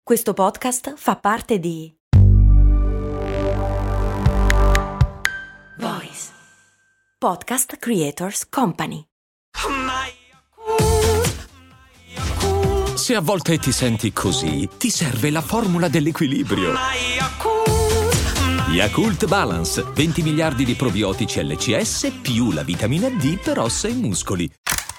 Questo podcast fa parte di Voice Podcast Creators Company. Se a volte ti senti così, ti serve la formula dell'equilibrio. Yakult Balance, 20 miliardi di probiotici LCS più la vitamina D per ossa e muscoli.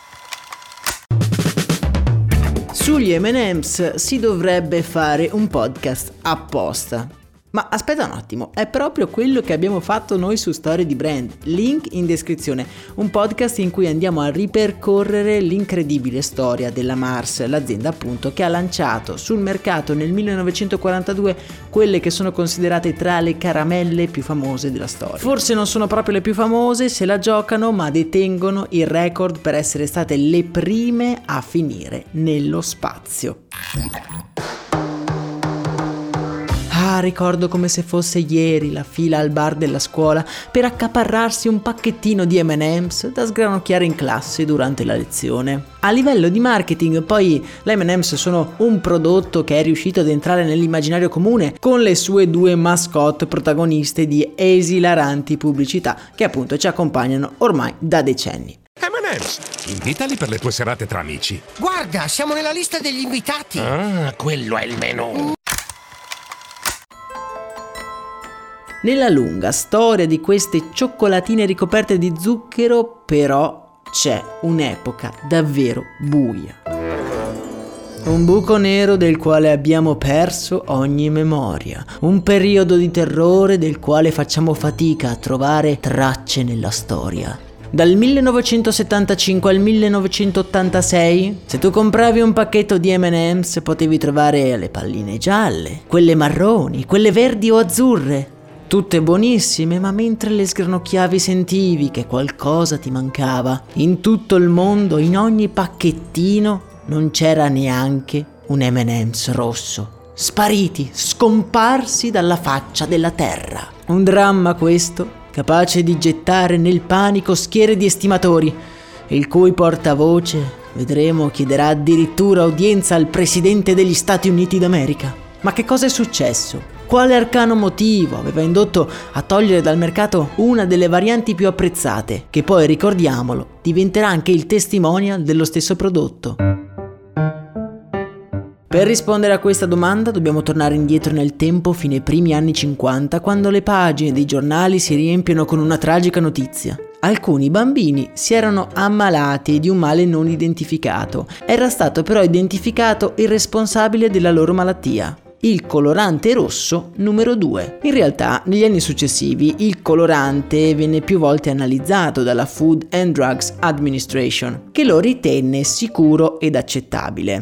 Sugli M&M's si dovrebbe fare un podcast apposta. Ma aspetta un attimo, è proprio quello che abbiamo fatto noi su Storie di Brand. Link in descrizione, un podcast in cui andiamo a ripercorrere l'incredibile storia della Mars, l'azienda appunto che ha lanciato sul mercato nel 1942 quelle che sono considerate tra le caramelle più famose della storia. Forse non sono proprio le più famose, se la giocano, ma detengono il record per essere state le prime a finire nello spazio. Ricordo come se fosse ieri la fila al bar della scuola per accaparrarsi un pacchettino di M&M's da sgranocchiare in classe durante la lezione. A livello di marketing, poi, le M&M's sono un prodotto che è riuscito ad entrare nell'immaginario comune con le sue due mascotte protagoniste di esilaranti pubblicità che appunto ci accompagnano ormai da decenni. M&M's, invitali per le tue serate tra amici. Guarda, siamo nella lista degli invitati. Ah, quello è il menù. Nella lunga storia di queste cioccolatine ricoperte di zucchero, però, c'è un'epoca davvero buia. Un buco nero del quale abbiamo perso ogni memoria. Un periodo di terrore del quale facciamo fatica a trovare tracce nella storia. Dal 1975 al 1986, se tu compravi un pacchetto di M&M's potevi trovare le palline gialle, quelle marroni, quelle verdi o azzurre. Tutte buonissime, ma mentre le sgranocchiavi sentivi che qualcosa ti mancava. In tutto il mondo, in ogni pacchettino, non c'era neanche un M&M's rosso. Spariti, scomparsi dalla faccia della terra. Un dramma questo, capace di gettare nel panico schiere di estimatori, il cui portavoce, vedremo, chiederà addirittura udienza al presidente degli Stati Uniti d'America. Ma che cosa è successo? Quale arcano motivo aveva indotto a togliere dal mercato una delle varianti più apprezzate, che poi, ricordiamolo, diventerà anche il testimonial dello stesso prodotto? Per rispondere a questa domanda dobbiamo tornare indietro nel tempo fino ai primi anni 50, quando le pagine dei giornali si riempiono con una tragica notizia. Alcuni bambini si erano ammalati di un male non identificato. Era stato però identificato il responsabile della loro malattia: il colorante rosso numero 2. In realtà, negli anni successivi, il colorante venne più volte analizzato dalla Food and Drugs Administration, che lo ritenne sicuro ed accettabile.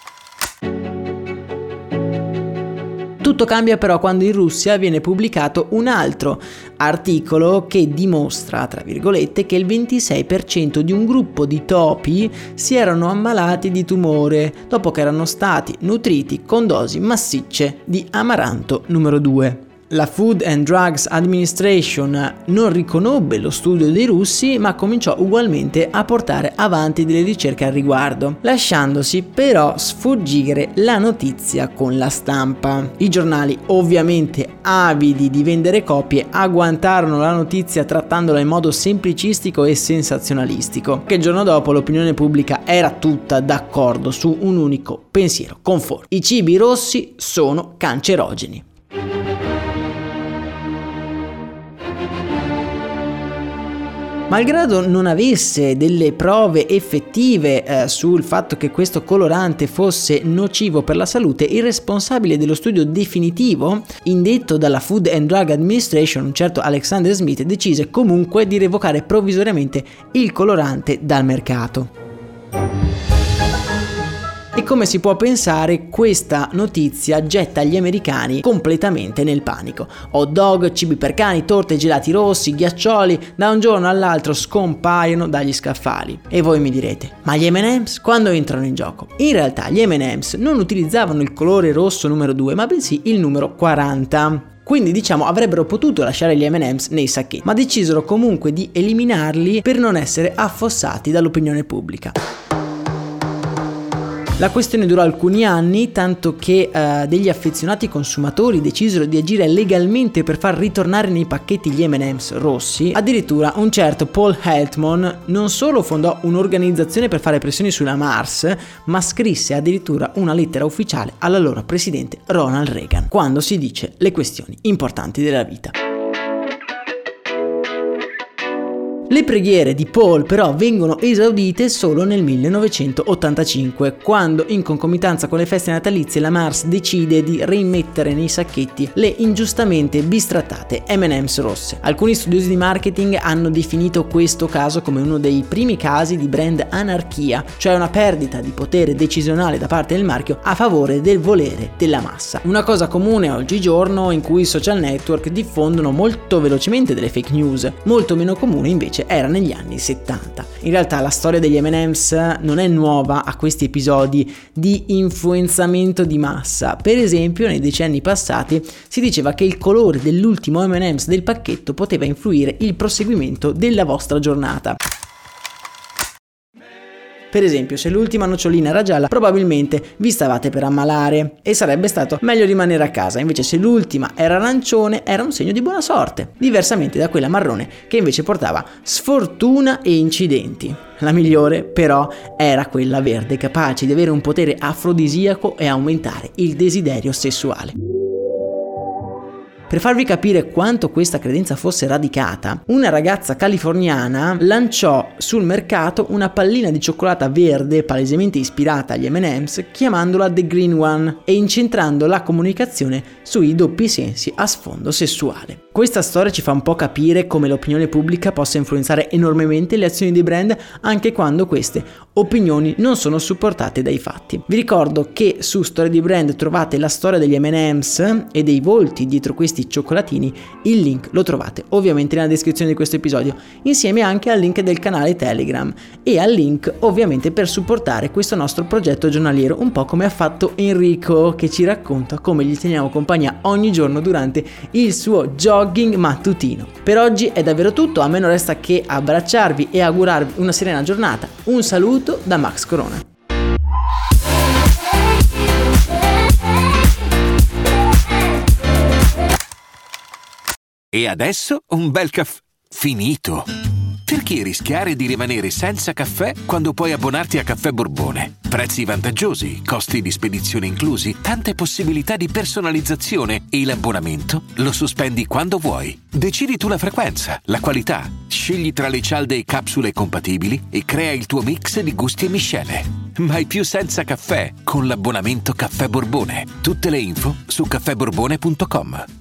Tutto cambia però quando in Russia viene pubblicato un altro articolo che dimostra, tra virgolette, che il 26% di un gruppo di topi si erano ammalati di tumore dopo che erano stati nutriti con dosi massicce di amaranto numero 2. La Food and Drugs Administration non riconobbe lo studio dei russi, ma cominciò ugualmente a portare avanti delle ricerche al riguardo, lasciandosi però sfuggire la notizia con la stampa. I giornali, ovviamente avidi di vendere copie, agguantarono la notizia trattandola in modo semplicistico e sensazionalistico, che il giorno dopo l'opinione pubblica era tutta d'accordo su un unico pensiero conforme: i cibi rossi sono cancerogeni. Malgrado non avesse delle prove effettive sul fatto che questo colorante fosse nocivo per la salute, il responsabile dello studio definitivo, indetto dalla Food and Drug Administration, un certo Alexander Smith, decise comunque di revocare provvisoriamente il colorante dal mercato. E come si può pensare, questa notizia getta gli americani completamente nel panico. Hot dog, cibi per cani, torte, gelati rossi, ghiaccioli, da un giorno all'altro scompaiono dagli scaffali. E voi mi direte, ma gli M&M's quando entrano in gioco? In realtà gli M&M's non utilizzavano il colore rosso numero 2, ma bensì il numero 40. Quindi diciamo avrebbero potuto lasciare gli M&M's nei sacchetti, ma decisero comunque di eliminarli per non essere affossati dall'opinione pubblica. La questione durò alcuni anni, tanto che degli affezionati consumatori decisero di agire legalmente per far ritornare nei pacchetti gli M&M's rossi. Addirittura un certo Paul Heltman non solo fondò un'organizzazione per fare pressioni sulla Mars, ma scrisse addirittura una lettera ufficiale all'allora presidente Ronald Reagan, quando si dice le questioni importanti della vita. Le preghiere di Paul però vengono esaudite solo nel 1985, quando in concomitanza con le feste natalizie la Mars decide di rimettere nei sacchetti le ingiustamente bistrattate M&M's rosse. Alcuni studiosi di marketing hanno definito questo caso come uno dei primi casi di brand anarchia, cioè una perdita di potere decisionale da parte del marchio a favore del volere della massa. Una cosa comune oggigiorno, in cui i social network diffondono molto velocemente delle fake news, molto meno comune invece era negli anni 70. In realtà la storia degli M&M's non è nuova a questi episodi di influenzamento di massa. Per esempio, nei decenni passati si diceva che il colore dell'ultimo M&M's del pacchetto poteva influire il proseguimento della vostra giornata. Per esempio, se l'ultima nocciolina era gialla, probabilmente vi stavate per ammalare e sarebbe stato meglio rimanere a casa. Invece se l'ultima era arancione, era un segno di buona sorte, diversamente da quella marrone che invece portava sfortuna e incidenti. La migliore però era quella verde, capace di avere un potere afrodisiaco e aumentare il desiderio sessuale. Per farvi capire quanto questa credenza fosse radicata, una ragazza californiana lanciò sul mercato una pallina di cioccolata verde palesemente ispirata agli M&M's, chiamandola The Green One e incentrando la comunicazione sui doppi sensi a sfondo sessuale. Questa storia ci fa un po' capire come l'opinione pubblica possa influenzare enormemente le azioni dei brand anche quando queste opinioni non sono supportate dai fatti. Vi ricordo che su Storia di Brand trovate la storia degli M&M's e dei volti dietro questi cioccolatini. Il link lo trovate ovviamente nella descrizione di questo episodio, insieme anche al link del canale Telegram e al link ovviamente per supportare questo nostro progetto giornaliero, un po' come ha fatto Enrico, che ci racconta come gli teniamo compagnia ogni giorno durante il suo jogging mattutino. Per oggi è davvero tutto, a me non resta che abbracciarvi e augurarvi una serena giornata. Un saluto da Max Corona. E adesso un bel caffè finito. Perché rischiare di rimanere senza caffè quando puoi abbonarti a Caffè Borbone? Prezzi vantaggiosi, costi di spedizione inclusi, tante possibilità di personalizzazione e l'abbonamento lo sospendi quando vuoi. Decidi tu la frequenza, la qualità, scegli tra le cialde e capsule compatibili e crea il tuo mix di gusti e miscele. Mai più senza caffè con l'abbonamento Caffè Borbone. Tutte le info su caffèborbone.com.